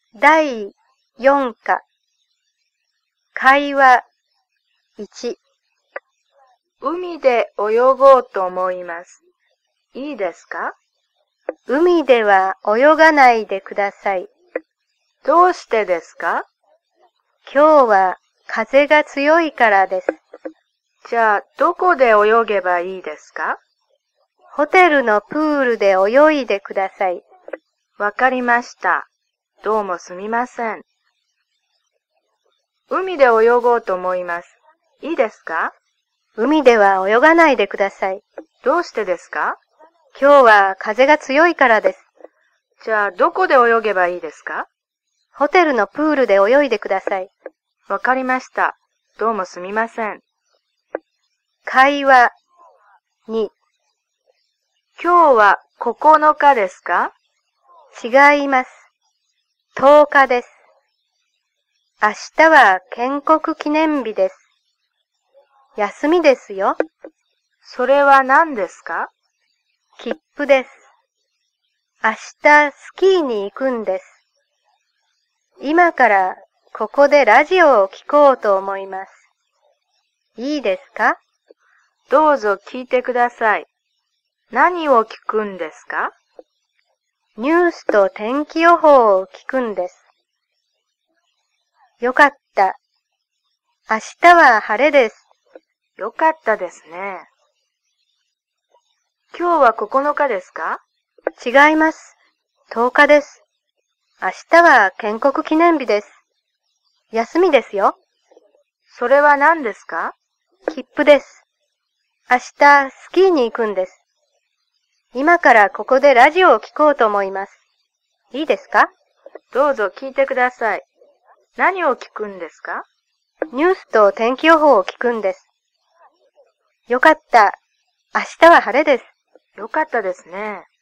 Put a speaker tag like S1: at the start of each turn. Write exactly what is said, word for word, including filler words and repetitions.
S1: だいよん課会話いち。
S2: 海で泳ごうと思います。いいですか？
S1: 海では泳がないでください。
S2: どうしてですか？
S1: 今日は風が強いからです。
S2: じゃあ、どこで泳げばいいですか？
S1: ホテルのプールで泳いでください。
S2: わかりました。どうもすみません。海で泳ごうと思います。いいですか？
S1: 海では泳がないでください。
S2: どうしてですか？
S1: 今日は風が強いからです。
S2: じゃあ、どこで泳げばいいですか？
S1: ホテルのプールで泳いでください。
S2: わかりました。どうもすみません。
S1: 会話に。
S2: 今日はここのかですか？
S1: 違います。とおかです。明日は建国記念日です。休みですよ。
S2: それは何ですか？
S1: 切符です。明日スキーに行くんです。今からここでラジオを聞こうと思います。いいですか？
S2: どうぞ聞いてください。何を聞くんですか？
S1: ニュースと天気予報を聞くんです。よかった。明日は晴れです。
S2: よかったですね。今日はここのかですか？
S1: 違います。とおかです。明日は建国記念日です。休みですよ。
S2: それは何ですか？
S1: 切符です。明日スキーに行くんです。今からここでラジオを聞こうと思います。いいですか？
S2: どうぞ聞いてください。何を聞くんですか？
S1: ニュースと天気予報を聞くんです。よかった。明日は晴れです。
S2: よかったですね。